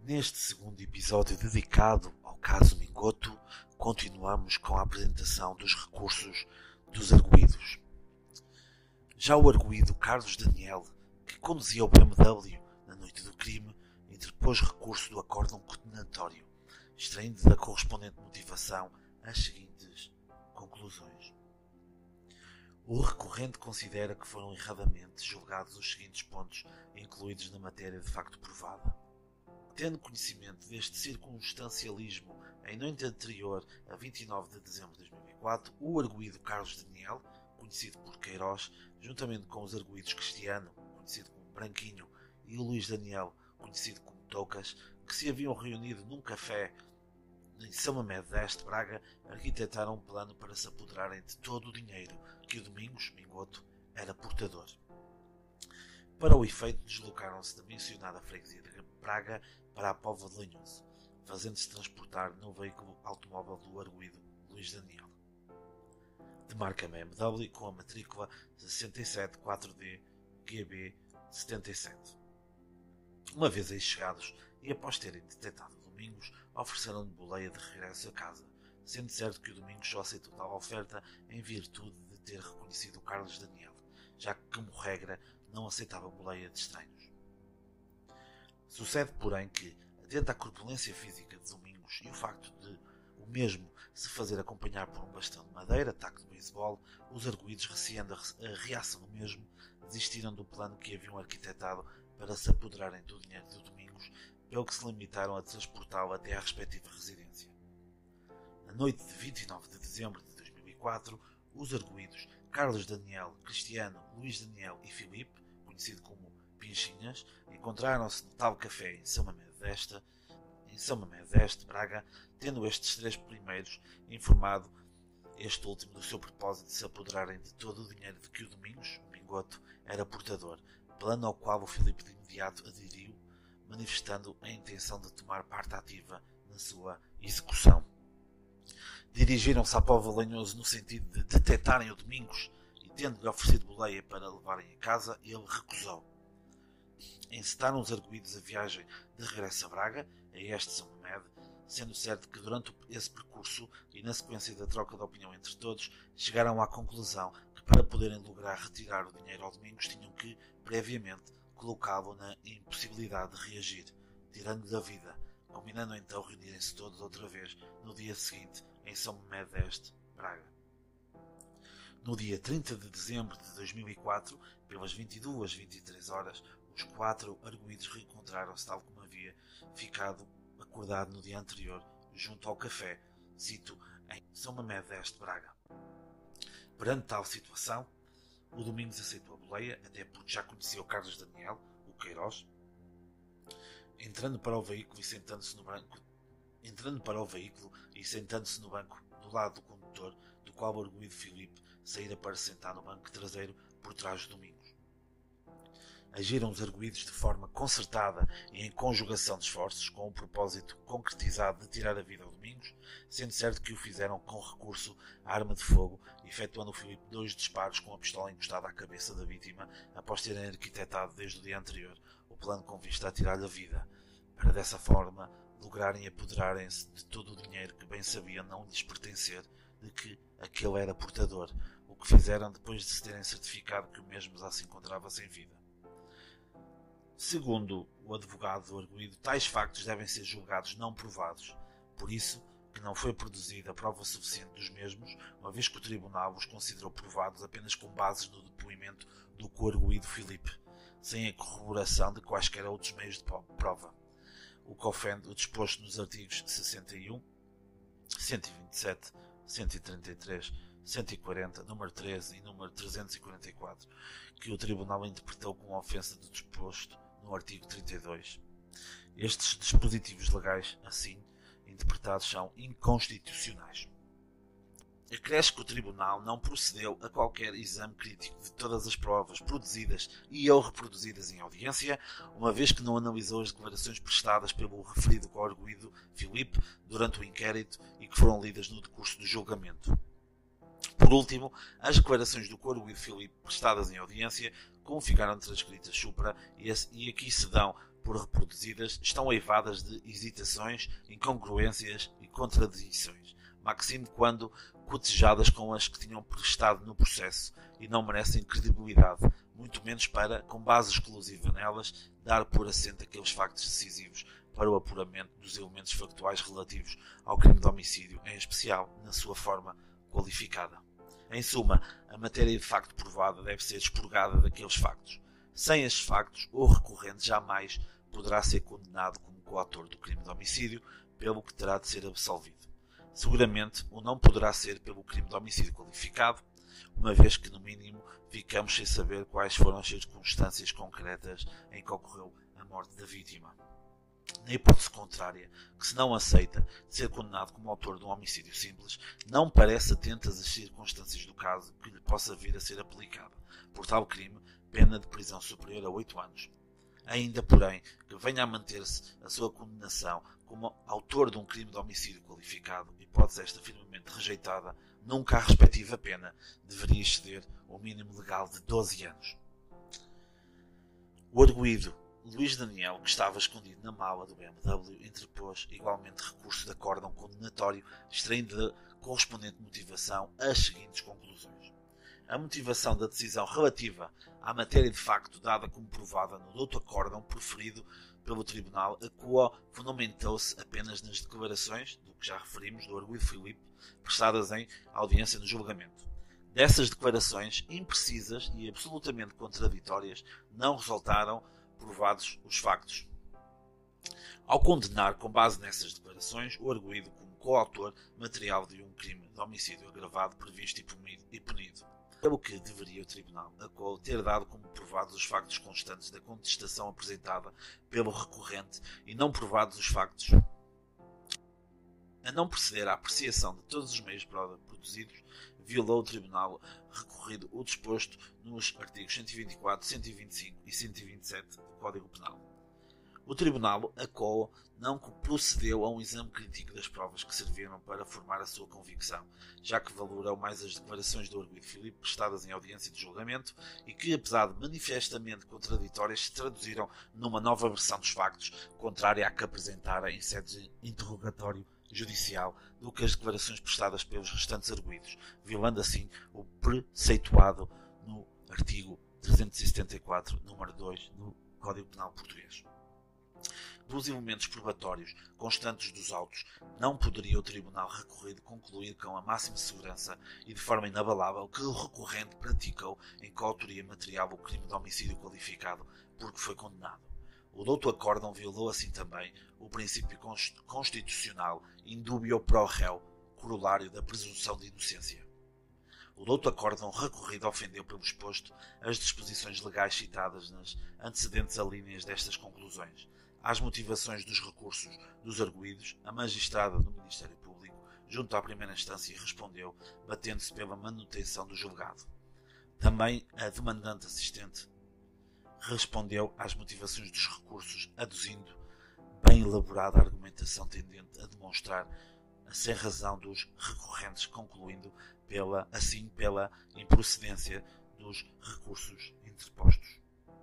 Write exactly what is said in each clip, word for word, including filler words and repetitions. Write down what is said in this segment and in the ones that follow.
Neste segundo episódio dedicado ao caso Mingoto, continuamos com a apresentação dos recursos dos arguidos. Já o arguido Carlos Daniel, que conduzia o B M W na noite do crime, interpôs recurso do acórdão condenatório, extraindo da correspondente motivação as seguintes conclusões. O recorrente considera que foram erradamente julgados os seguintes pontos incluídos na matéria de facto provada. Tendo conhecimento deste circunstancialismo em noite anterior a vinte e nove de dezembro de dois mil e quatro, o arguido Carlos Daniel, conhecido por Queiroz, juntamente com os arguidos Cristiano, conhecido como Branquinho, e o Luís Daniel, conhecido como Toucas, que se haviam reunido num café em São Mamede deste, Braga, arquitetaram um plano para se apoderarem de todo o dinheiro que o Domingos Mingoto era portador. Para o efeito, deslocaram-se da mencionada freguesia de Braga para a Póvoa de Lanhoso, fazendo-se transportar no veículo automóvel do arguido Luís Daniel, de marca B M W, com a matrícula sessenta e sete quatro D G B setenta e sete. Uma vez aí chegados, e após terem detectado Domingos, ofereceram-lhe boleia de regresso a casa, sendo certo que o Domingos só aceitou tal oferta em virtude de ter reconhecido o Carlos Daniel, já que, como regra, não aceitava boleia de estranhos. Sucede, porém, que, atento à corpulência física de Domingos e o facto de o mesmo se fazer acompanhar por um bastão de madeira, taco de beisebol, os arguidos, receando a reação do mesmo, desistiram do plano que haviam arquitetado para se apoderarem do dinheiro de Domingos, pelo que se limitaram a transportá-lo até à respectiva residência. Na noite de vinte e nove de dezembro de dois mil e quatro, os arguidos Carlos Daniel, Cristiano, Luís Daniel e Filipe, conhecido como Pinchinhas, encontraram-se no tal café em São Mamede deste, em São Mamede deste, Braga, tendo estes três primeiros informado este último do seu propósito de se apoderarem de todo o dinheiro de que o Domingos, o Mingoto, era portador, plano ao qual o Filipe de imediato aderiu, manifestando a intenção de tomar parte ativa na sua execução. Dirigiram-se à Póvoa de Lanhoso no sentido de detectarem o Domingos e, tendo-lhe oferecido boleia para levarem a casa, ele recusou. Encetaram os arguidos a viagem de regresso a Braga, a este São Mamede, sendo certo que durante esse percurso e na sequência da troca de opinião entre todos, chegaram à conclusão que para poderem lograr retirar o dinheiro ao Domingos tinham que, previamente, colocá-lo na impossibilidade de reagir, tirando-lhe a vida, combinando então reunirem-se todos outra vez no dia seguinte em São Mamede deste, Braga. No dia trinta de dezembro de dois mil e quatro, pelas vinte e duas e vinte e três horas, os quatro arguidos reencontraram-se tal como havia ficado acordado no dia anterior, junto ao café, cito em São Mamede deste, Braga. Perante tal situação, o Domingos aceitou a boleia, até porque já conhecia o Carlos Daniel, o Queiroz, entrando para o veículo e sentando-se no banco, entrando para o veículo e sentando-se no banco do lado do condutor, do qual o arguido Filipe saíra para sentar no banco traseiro por trás de Domingos. Agiram os arguidos de forma concertada e em conjugação de esforços, com o propósito concretizado de tirar a vida ao Domingos, sendo certo que o fizeram com recurso à arma de fogo, efetuando o Filipe dois disparos com a pistola encostada à cabeça da vítima, após terem arquitetado desde o dia anterior o plano com vista a tirar-lhe a vida, para dessa forma lograrem apoderarem-se de todo o dinheiro que bem sabiam não lhes pertencer, de que aquele era portador, o que fizeram depois de se terem certificado que o mesmo já se encontrava sem vida. Segundo o advogado do arguido, tais factos devem ser julgados não provados, por isso que não foi produzida prova suficiente dos mesmos, uma vez que o tribunal os considerou provados apenas com bases no depoimento do co-arguido Filipe, sem a corroboração de quaisquer outros meios de prova, o que ofende o disposto nos artigos sessenta e um, cento e vinte e sete, cento e trinta e três, cento e quarenta, número treze e número trezentos e quarenta e quatro, que o tribunal interpretou como ofensa do disposto no artigo trinta e dois. Estes dispositivos legais, assim interpretados, são inconstitucionais. Acresce que o tribunal não procedeu a qualquer exame crítico de todas as provas produzidas e ou reproduzidas em audiência, uma vez que não analisou as declarações prestadas pelo referido co-arguido Filipe durante o inquérito e que foram lidas no decurso do julgamento. Por último, as declarações do co-arguido Filipe prestadas em audiência, como ficaram transcritas supra, e aqui se dão por reproduzidas, estão eivadas de hesitações, incongruências e contradições, maxime quando cotejadas com as que tinham prestado no processo, e não merecem credibilidade, muito menos para, com base exclusiva nelas, dar por assento aqueles factos decisivos para o apuramento dos elementos factuais relativos ao crime de homicídio, em especial na sua forma qualificada. Em suma, a matéria de facto provada deve ser expurgada daqueles factos. Sem estes factos, o recorrente jamais poderá ser condenado como coautor do crime de homicídio, pelo que terá de ser absolvido. Seguramente, o não poderá ser pelo crime de homicídio qualificado, uma vez que, no mínimo, ficamos sem saber quais foram as circunstâncias concretas em que ocorreu a morte da vítima. Na hipótese contrária, que se não aceita ser condenado como autor de um homicídio simples, não parece atentas as circunstâncias do caso que lhe possa vir a ser aplicada, por tal crime, pena de prisão superior a oito anos. Ainda, porém, que venha a manter-se a sua condenação como autor de um crime de homicídio qualificado, hipótese esta firmemente rejeitada, nunca a respectiva pena deveria exceder o mínimo legal de doze anos. O arguido Luís Daniel, que estava escondido na mala do B M W, interpôs igualmente recurso de acórdão condenatório, extraindo da correspondente motivação as seguintes conclusões. A motivação da decisão relativa à matéria de facto dada como provada no douto acórdão proferido pelo Tribunal, a qual fundamentou-se apenas nas declarações, do que já referimos, do arguido Filipe, prestadas em audiência no julgamento. Dessas declarações, imprecisas e absolutamente contraditórias, não resultaram provados os factos. Ao condenar, com base nessas declarações, o arguido como coautor material de um crime de homicídio agravado previsto e punido, pelo que deveria o Tribunal a qual ter dado como provados os factos constantes da contestação apresentada pelo recorrente e não provados os factos, a não proceder à apreciação de todos os meios produzidos, violou o Tribunal recorrido o disposto nos artigos cento e vinte e quatro, cento e vinte e cinco e cento e vinte e sete do Código Penal. O Tribunal, a qual não procedeu a um exame crítico das provas que serviram para formar a sua convicção, já que valorou mais as declarações do arguido Filipe prestadas em audiência de julgamento e que, apesar de manifestamente contraditórias, se traduziram numa nova versão dos factos, contrária à que apresentara em sede de interrogatório judicial do que as declarações prestadas pelos restantes arguidos, violando assim o preceituado no artigo trezentos e setenta e quatro, número dois do Código Penal Português. Dos elementos probatórios constantes dos autos, não poderia o Tribunal recorrido concluir com a máxima segurança e de forma inabalável que o recorrente praticou em coautoria material o crime de homicídio qualificado porque foi condenado. O douto acórdão violou assim também o princípio constitucional indubio pro réu, corolário da presunção de inocência. O douto acórdão recorrido ofendeu pelo exposto as disposições legais citadas nas antecedentes alíneas destas conclusões. Às motivações dos recursos dos arguidos, a magistrada do Ministério Público, junto à primeira instância, respondeu, batendo-se pela manutenção do julgado. Também a demandante assistente respondeu às motivações dos recursos, aduzindo bem elaborada argumentação tendente a demonstrar a sem-razão dos recorrentes, concluindo pela, assim pela improcedência dos recursos interpostos.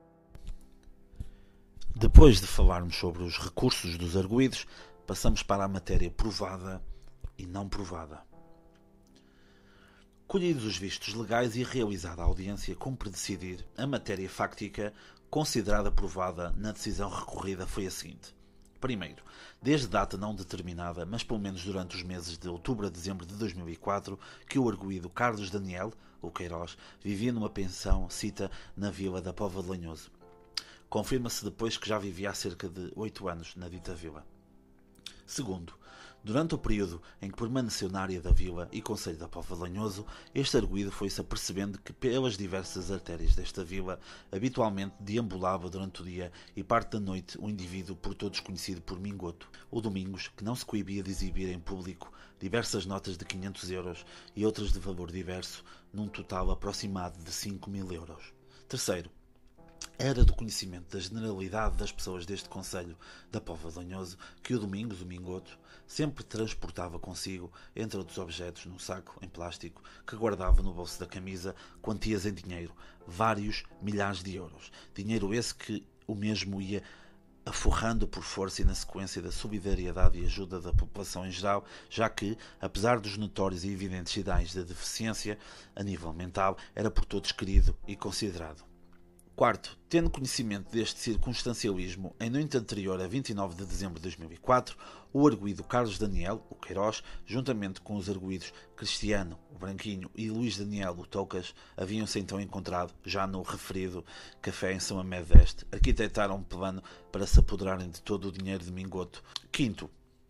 Depois de falarmos sobre os recursos dos arguidos, passamos para a matéria provada e não provada. Colhidos os vistos legais e realizada a audiência, cumpre decidir, a matéria fáctica considerada provada na decisão recorrida foi a seguinte. Primeiro, desde data não determinada, mas pelo menos durante os meses de outubro a dezembro de dois mil e quatro, que o arguido Carlos Daniel, ou Queiroz, vivia numa pensão, cita, na vila da Póvoa de Lanhoso. Confirma-se depois que já vivia há cerca de oito anos na dita vila. Segundo, durante o período em que permaneceu na área da vila e concelho da Póvoa de Lanhoso, este arguido foi-se apercebendo que pelas diversas artérias desta vila habitualmente deambulava durante o dia e parte da noite um indivíduo por todos conhecido por Mingoto, o Domingos, que não se coibia de exibir em público diversas notas de quinhentos euros e outras de valor diverso, num total aproximado de cinco mil euros. Terceiro, era do conhecimento da generalidade das pessoas deste concelho da Póvoa de Lanhoso que o Domingos, o Mingoto, sempre transportava consigo, entre outros objetos, num saco em plástico que guardava no bolso da camisa, quantias em dinheiro, vários milhares de euros. Dinheiro esse que o mesmo ia aforrando por força e na sequência da solidariedade e ajuda da população em geral, já que, apesar dos notórios e evidentes sinais de deficiência a nível mental, era por todos querido e considerado. Quarto, tendo conhecimento deste circunstancialismo, em noite anterior a vinte e nove de dezembro de dois mil e quatro, o arguido Carlos Daniel, o Queiroz, juntamente com os arguidos Cristiano, o Branquinho, e Luís Daniel, o Toucas, haviam-se então encontrado, já no referido café em São Mamede d'Este, arquitetaram um plano para se apoderarem de todo o dinheiro de Mingoto. Quinto,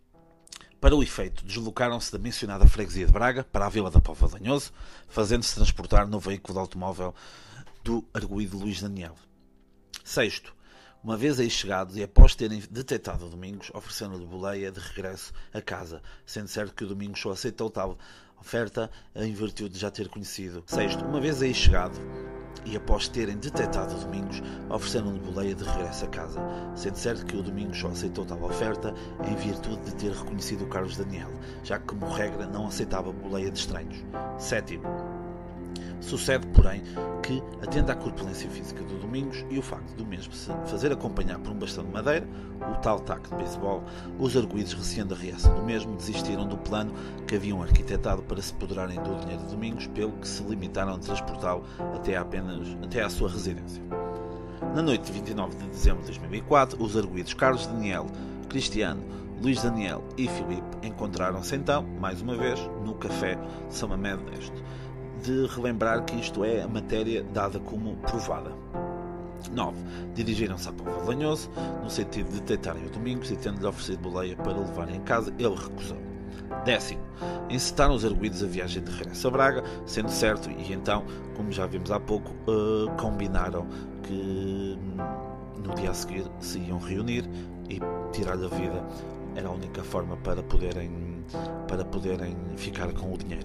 para o efeito, deslocaram-se da mencionada freguesia de Braga para a Vila da Póvoa de Lanhoso, fazendo-se transportar no veículo de automóvel do arguido Luís Daniel. Sexto, uma vez aí chegados e após terem detectado o Domingos, ofereceram-lhe boleia de regresso a casa, sendo certo que o Domingos só aceitou tal oferta em virtude de já ter conhecido. Sexto, uma vez aí chegado e após terem detectado o Domingos, ofereceram-lhe boleia de regresso a casa, sendo certo que o Domingos só aceitou tal oferta em virtude de ter reconhecido o Carlos Daniel, já que, como regra, não aceitava boleia de estranhos. Sétimo, sucede, porém, que, atendo à corpulência física do Domingos e o facto do mesmo se fazer acompanhar por um bastão de madeira, o tal taco de beisebol, os arguidos, receando a reação do mesmo, desistiram do plano que haviam arquitetado para se apoderarem do dinheiro de Domingos, pelo que se limitaram a transportá-lo até, apenas, até à sua residência. Na noite de vinte e nove de dezembro de dois mil e quatro, os arguidos Carlos Daniel, Cristiano, Luís Daniel e Filipe encontraram-se então, mais uma vez, no café de São Mamede d'Este. De relembrar que isto é a matéria dada como provada. nove. Dirigiram-se à Póvoa de Lanhoso, no sentido de detectarem o Domingos e tendo-lhe oferecido boleia para o levarem em casa, ele recusou. Décimo. Encetaram os arguidos a viagem de regresso a Braga, sendo certo, e então, como já vimos há pouco, uh, combinaram que no dia a seguir se iam reunir e tirar-lhe a vida. Era a única forma para poderem, para poderem ficar com o dinheiro.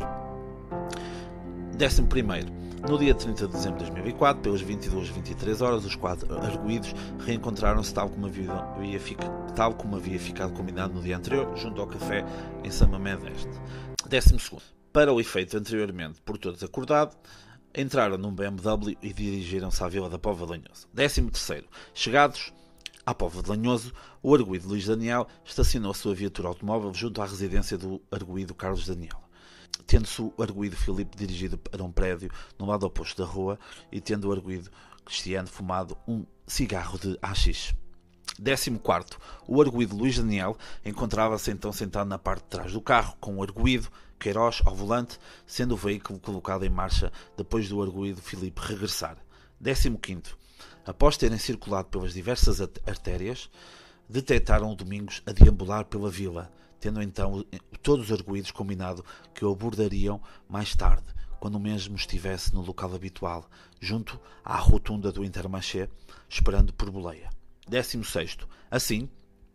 Décimo primeiro. No dia trinta de dezembro de dois mil e quatro, pelas vinte e duas e vinte e três horas, os quatro arguidos reencontraram-se tal como, havia, havia, tal como havia ficado combinado no dia anterior, junto ao café em São Mamede d'Este. Décimo segundo. Para o efeito anteriormente por todos acordado, entraram num B M W e dirigiram-se à Vila da Póvoa de Lanhoso. Décimo terceiro. Chegados à Póvoa de Lanhoso, o arguido Luís Daniel estacionou a sua viatura automóvel junto à residência do arguido Carlos Daniel, tendo-se o arguido Filipe dirigido para um prédio no lado oposto da rua e tendo o arguido Cristiano fumado um cigarro de haxixe. Décimo quarto. O arguido Luís Daniel encontrava-se então sentado na parte de trás do carro, com o arguido Queiroz ao volante, sendo o veículo colocado em marcha depois do arguido Filipe regressar. Décimo quinto. Após terem circulado pelas diversas artérias, detectaram o Domingos a deambular pela vila, tendo então todos os arguidos combinado que o abordariam mais tarde, quando o mesmo estivesse no local habitual, junto à rotunda do Intermarché, esperando por boleia. Décimo sexto. Assim,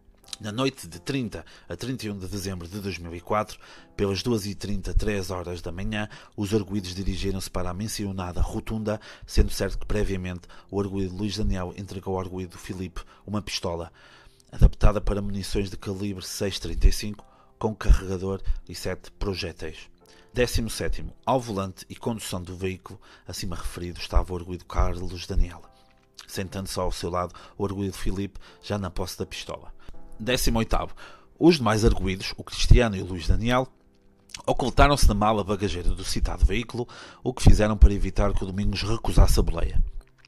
na noite de trinta a trinta e um de dezembro de dois mil e quatro, pelas duas e trinta e três horas da manhã, os arguidos dirigiram-se para a mencionada rotunda, sendo certo que previamente o arguido Luís Daniel entregou ao arguido Filipe uma pistola, adaptada para munições de calibre seis trinta e cinco, com carregador e sete projéteis. Décimo sétimo. Ao volante e condução do veículo acima referido estava o arguido Carlos Daniel, sentando-se ao seu lado o arguido Filipe, já na posse da pistola. Décimo oitavo. Os demais arguidos, o Cristiano e o Luís Daniel, ocultaram-se na mala bagageira do citado veículo, o que fizeram para evitar que o Domingos recusasse a boleia.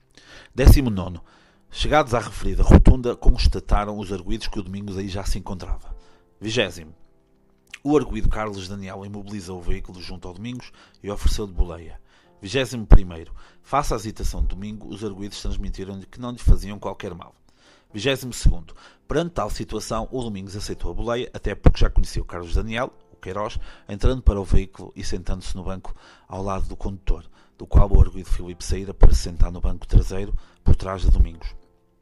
Décimo nono. Chegados à referida rotunda, constataram os arguidos que o Domingos aí já se encontrava. Vigésimo. O arguido Carlos Daniel imobilizou o veículo junto ao Domingos e ofereceu-lhe boleia. Vigésimo primeiro. Face à hesitação de Domingo, os arguidos transmitiram-lhe que não lhe faziam qualquer mal. Vigésimo segundo. Perante tal situação, o Domingos aceitou a boleia, até porque já conhecia o Carlos Daniel, o Queiroz, entrando para o veículo e sentando-se no banco ao lado do condutor, do qual o arguido Filipe saíra para se sentar no banco traseiro, por trás de Domingos.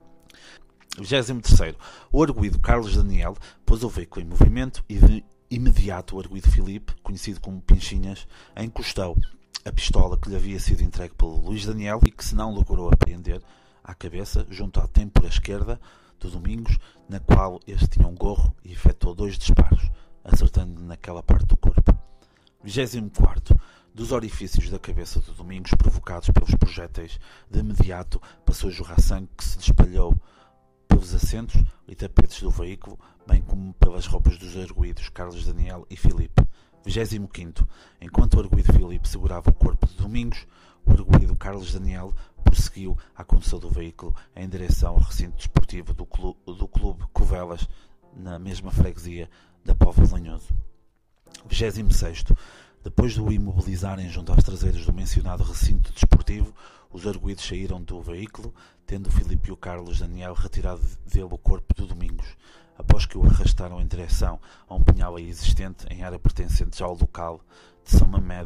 Vigésimo terceiro. O arguido Carlos Daniel pôs o veículo em movimento e de imediato o arguido Filipe, conhecido como Pinchinhas, encostou a pistola que lhe havia sido entregue pelo Luís Daniel e que se não logrou apreender à cabeça, junto à têmpora esquerda do Domingos, na qual este tinha um gorro, e efetuou dois disparos, acertando naquela parte do corpo. Vigésimo quarto. Dos orifícios da cabeça do Domingos provocados pelos projéteis, de imediato passou a jorrar sangue que se espalhou pelos assentos e tapetes do veículo, bem como pelas roupas dos arguidos Carlos Daniel e Filipe. vigésimo quinto. Enquanto o arguido Filipe segurava o corpo de Domingos, o arguido Carlos Daniel prosseguiu à condução do veículo em direção ao recinto desportivo do clube, do clube Covelas, na mesma freguesia da Póvoa de Lanhoso. vigésimo sexto. Depois de o imobilizarem junto aos traseiros do mencionado recinto desportivo, os arguidos saíram do veículo, tendo o Filipe e o Carlos Daniel retirado dele o corpo do Domingos, após que o arrastaram em direção a um pinhal existente em área pertencente ao local de São Mamed.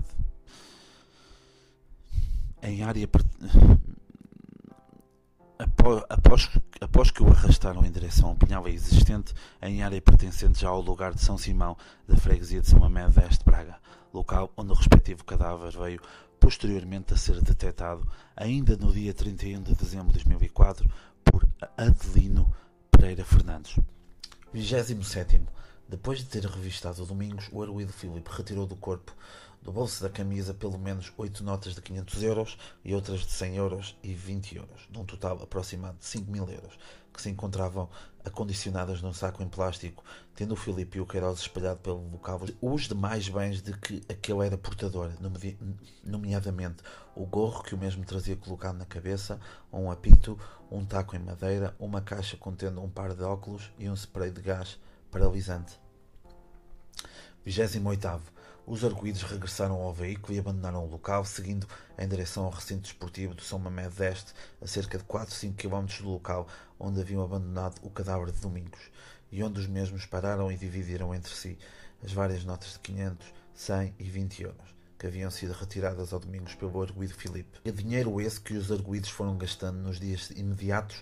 Em área após, após, após que o arrastaram em direção a um pinhal existente em área pertencente já ao lugar de São Simão da freguesia de São Mamed deste Braga, local onde o respectivo cadáver veio posteriormente a ser detectado ainda no dia trinta e um de dezembro de dois mil e quatro por Adelino Pereira Fernandes. vigésimo sétimo. Depois de ter revistado o Domingos, o arguido Filipe retirou do corpo do bolso da camisa pelo menos oito notas de quinhentos euros e outras de cem euros e vinte euros, de um total aproximado de cinco mil euros, que se encontravam acondicionadas num saco em plástico, tendo o Filipe e o Queiroz espalhado pelo local os demais bens de que aquele era portador, nomeadamente o gorro que o mesmo trazia colocado na cabeça, um apito, um taco em madeira, uma caixa contendo um par de óculos e um spray de gás paralisante. vigésimo oitavo. Os arguidos regressaram ao veículo e abandonaram o local, seguindo em direção ao recinto desportivo do São Mamed Deste, a cerca de quatro a cinco quilómetros do local onde haviam abandonado o cadáver de Domingos, e onde os mesmos pararam e dividiram entre si as várias notas de quinhentos, cem e vinte euros, que haviam sido retiradas ao Domingos pelo arguido Filipe. E dinheiro esse que os arguidos foram gastando nos dias imediatos,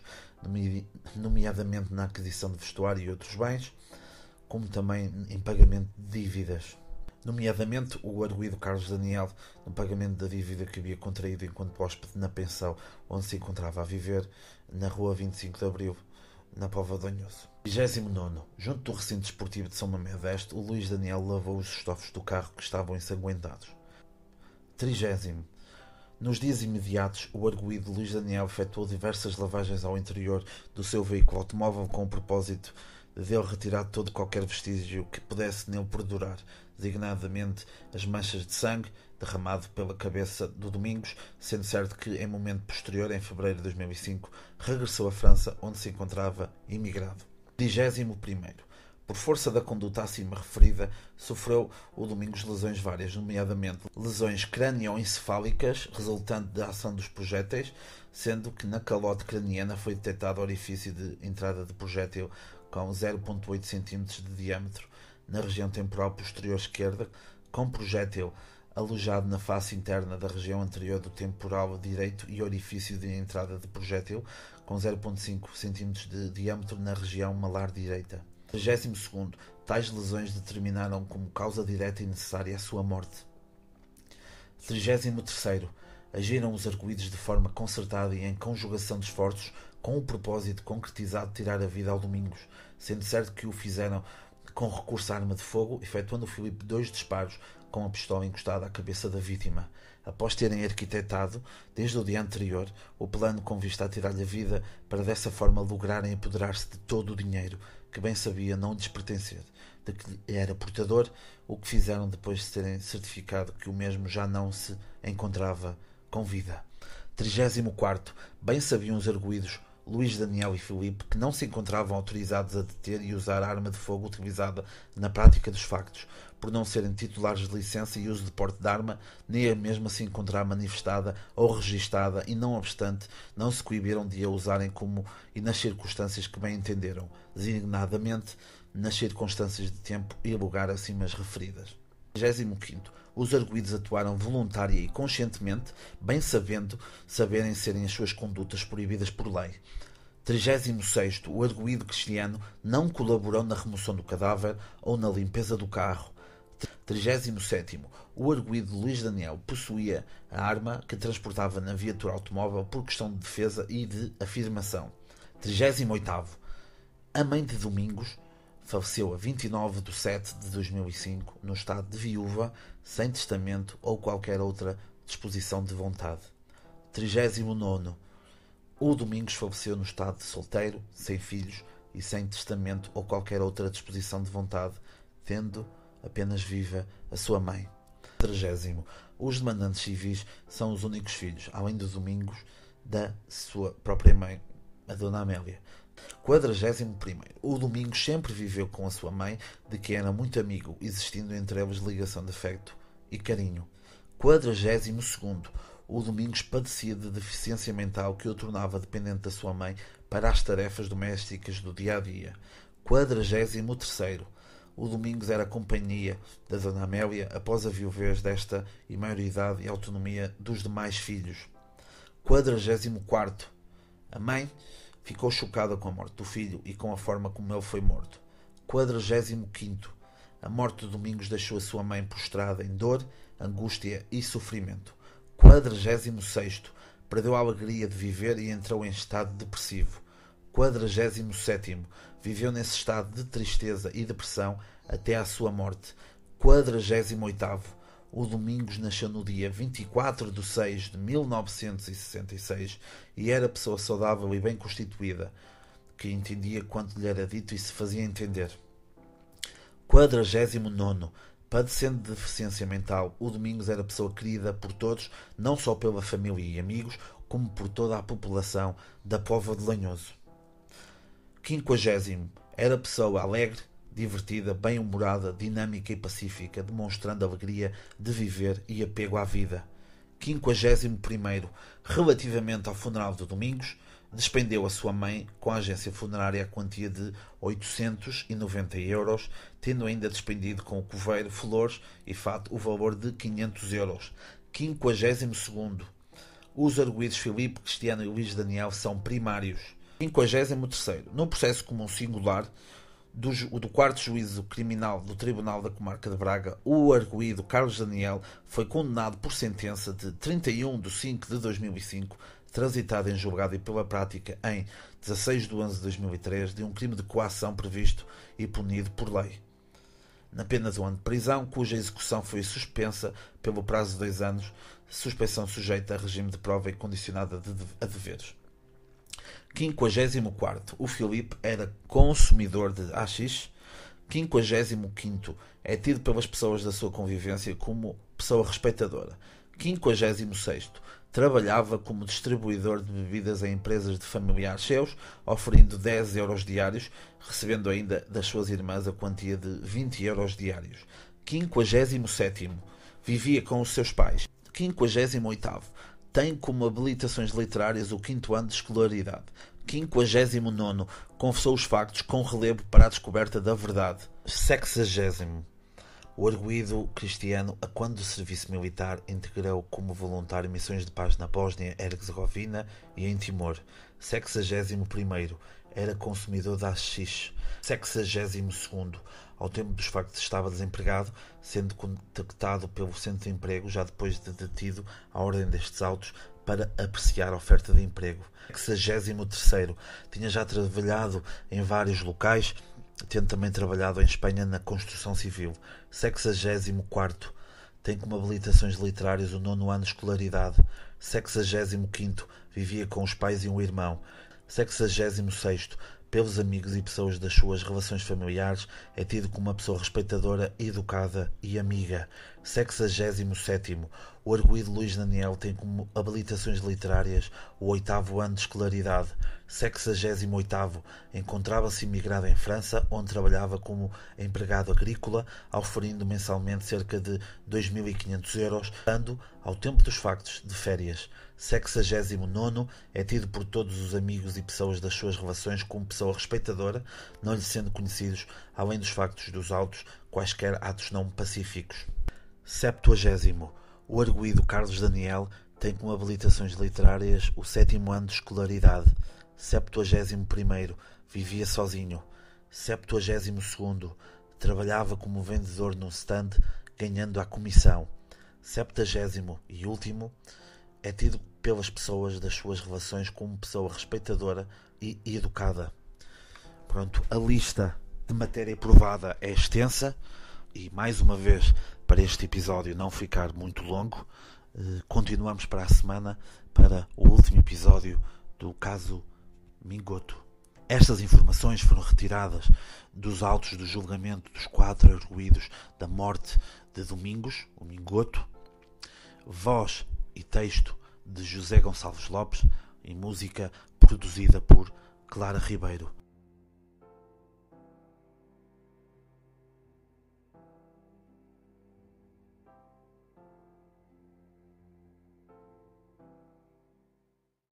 nomeadamente na aquisição de vestuário e outros bens, como também em pagamento de dívidas. Nomeadamente o arguido Carlos Daniel, no pagamento da dívida que havia contraído enquanto hóspede na pensão onde se encontrava a viver, na rua vinte e cinco de Abril, na Póvoa de Lanhoso. vigésimo nono. Junto do recinto desportivo de São Mamed Deste, o Luís Daniel lavou os estofos do carro que estavam ensanguentados. trigésimo. Nos dias imediatos, o arguido Luís Daniel efetuou diversas lavagens ao interior do seu veículo automóvel com o propósito de dele retirar todo qualquer vestígio que pudesse nele perdurar, designadamente as manchas de sangue derramado pela cabeça do Domingos, sendo certo que, em momento posterior, em fevereiro de dois mil e cinco, regressou à França, onde se encontrava imigrado. trigésimo primeiro. Por força da conduta acima referida, sofreu o Domingos lesões várias, nomeadamente lesões crânioencefálicas resultante da ação dos projéteis, sendo que na calote craniana foi detectado orifício de entrada de projétil com zero vírgula oito centímetros de diâmetro na região temporal posterior esquerda, com projétil alojado na face interna da região anterior do temporal direito e orifício de entrada de projétil com zero vírgula cinco centímetros de diâmetro na região malar direita. trigésimo segundo. Tais lesões determinaram como causa direta e necessária a sua morte. trigésimo terceiro. Agiram os arguidos de forma concertada e em conjugação de esforços com o propósito concretizado de tirar a vida ao Domingos, sendo certo que o fizeram com recurso à arma de fogo, efetuando o Filipe dois disparos com a pistola encostada à cabeça da vítima, após terem arquitetado, desde o dia anterior, o plano com vista a tirar-lhe a vida, para dessa forma lograrem apoderar-se de todo o dinheiro, que bem sabia não lhes pertencer, de que era portador, o que fizeram depois de terem certificado que o mesmo já não se encontrava com vida. trigésimo quarto. Bem sabiam os arguidos Luís Daniel e Filipe que não se encontravam autorizados a deter e usar a arma de fogo utilizada na prática dos factos, por não serem titulares de licença e uso de porte de arma, nem a mesma se encontrar manifestada ou registada, e não obstante, não se coibiram de a usarem como e nas circunstâncias que bem entenderam, designadamente nas circunstâncias de tempo e lugar acima referidas. trigésimo quinto. Os arguidos atuaram voluntária e conscientemente, bem sabendo saberem serem as suas condutas proibidas por lei. trigésimo sexto. O arguido Cristiano não colaborou na remoção do cadáver ou na limpeza do carro. trigésimo sétimo. O arguido Luís Daniel possuía a arma que transportava na viatura automóvel por questão de defesa e de afirmação. trigésimo oitavo. A mãe de Domingos faleceu a vinte e nove de setembro de dois mil e cinco, no estado de viúva, sem testamento ou qualquer outra disposição de vontade. trigésimo nono. O Domingos faleceu no estado de solteiro, sem filhos, e sem testamento ou qualquer outra disposição de vontade, tendo apenas viva a sua mãe. Trigésimo. Os demandantes civis são os únicos filhos, além dos Domingos, da sua própria mãe, a Dona Amélia. Quadragésimo primeiro. O Domingos sempre viveu com a sua mãe, de que era muito amigo, existindo entre eles ligação de afeto e carinho. Quadragésimo segundo. O Domingos padecia de deficiência mental que o tornava dependente da sua mãe para as tarefas domésticas do dia-a-dia. Quadragésimo terceiro. O Domingos era a companhia da Dona Amélia após a viuvez desta e maioridade e autonomia dos demais filhos. Quadragésimo quarto. A mãe ficou chocada com a morte do filho e com a forma como ele foi morto. Quadragésimo quinto. A morte de Domingos deixou a sua mãe prostrada em dor, angústia e sofrimento. Quadragésimo sexto. Perdeu a alegria de viver e entrou em estado depressivo. Quadragésimo sétimo. Viveu nesse estado de tristeza e depressão até à sua morte. Quadragésimo oitavo. O Domingos nasceu no dia vinte e quatro de seis de mil novecentos e sessenta e seis e era pessoa saudável e bem constituída, que entendia quanto lhe era dito e se fazia entender. Quadragésimo nono. Padecendo de deficiência mental, o Domingos era pessoa querida por todos, não só pela família e amigos, como por toda a população da Póvoa de Lanhoso. Quinquagésimo. Era pessoa alegre, divertida, bem-humorada, dinâmica e pacífica, demonstrando alegria de viver e apego à vida. Quinquagésimo primeiro. Relativamente ao funeral de Domingos, despendeu a sua mãe com a agência funerária a quantia de oitocentos e noventa euros, tendo ainda despendido com o coveiro, flores e fato o valor de quinhentos euros. Quinquagésimo segundo. Os arguidos Filipe, Cristiano e Luís Daniel são primários. Quinquagésimo terceiro. No processo comum singular do, do quarto Juízo Criminal do Tribunal da Comarca de Braga, o arguido Carlos Daniel foi condenado por sentença de trinta e um de cinco de dois mil e cinco, transitado em julgado e pela prática em dezasseis de onze de dois mil e três, de um crime de coação previsto e punido por lei. Na pena de um ano de prisão, cuja execução foi suspensa pelo prazo de dois anos, suspensão sujeita a regime de prova e condicionada a deveres. Quinquagésimo quarto. O Filipe era consumidor de haxixe. Quinquagésimo quinto. É tido pelas pessoas da sua convivência como pessoa respeitadora. Quinquagésimo sexto. Trabalhava como distribuidor de bebidas em empresas de familiares seus, oferindo dez euros diários, recebendo ainda das suas irmãs a quantia de vinte euros diários. Quinquagésimo sétimo. Vivia com os seus pais. Quinquagésimo oitavo. Tem como habilitações literárias o quinto ano de escolaridade. Quinquagésimo nono. Confessou os factos com relevo para a descoberta da verdade. Sexagésimo. O arguido Cristiano, a quando do serviço militar, integrou como voluntário missões de paz na Bósnia, Herzegovina e em Timor. Sexagésimo primeiro. Era consumidor de haxixe. Sexagésimo segundo. Ao tempo dos factos estava desempregado, sendo contactado pelo centro de emprego, já depois de detido, à ordem destes autos, para apreciar a oferta de emprego. Sexagésimo terceiro. Tinha já trabalhado em vários locais, tendo também trabalhado em Espanha na construção civil. Sexagésimo quarto. Tem como habilitações literárias o nono ano de escolaridade. Sexagésimo quinto. Vivia com os pais e um irmão. Sexagésimo sexto. Pelos amigos e pessoas das suas relações familiares, é tido como uma pessoa respeitadora, educada e amiga. Sexagésimo sétimo. O arguido Luís Daniel tem como habilitações literárias o oitavo ano de escolaridade. Sexagésimo oitavo. Encontrava-se imigrado em França, onde trabalhava como empregado agrícola, oferindo mensalmente cerca de dois mil e quinhentos euros, dando, ao tempo dos factos, de férias. Sexagésimo nono. É tido por todos os amigos e pessoas das suas relações como pessoa respeitadora, não lhe sendo conhecidos, além dos factos dos autos, quaisquer atos não pacíficos. Septuagésimo. O arguido Carlos Daniel tem como habilitações literárias o sétimo ano de escolaridade. Septuagésimo primeiro. Vivia sozinho. Septuagésimo segundo. Trabalhava como vendedor num stand, ganhando a comissão. Septagésimo e último. É tido pelas pessoas das suas relações como pessoa respeitadora e educada. Pronto, a lista de matéria provada é extensa e, mais uma vez, para este episódio não ficar muito longo, eh, continuamos para a semana para o último episódio do caso Mingoto. Estas informações foram retiradas dos autos do julgamento dos quatro arguidos da morte de Domingos, o Mingoto. Voz e texto de José Gonçalves Lopes e música produzida por Clara Ribeiro.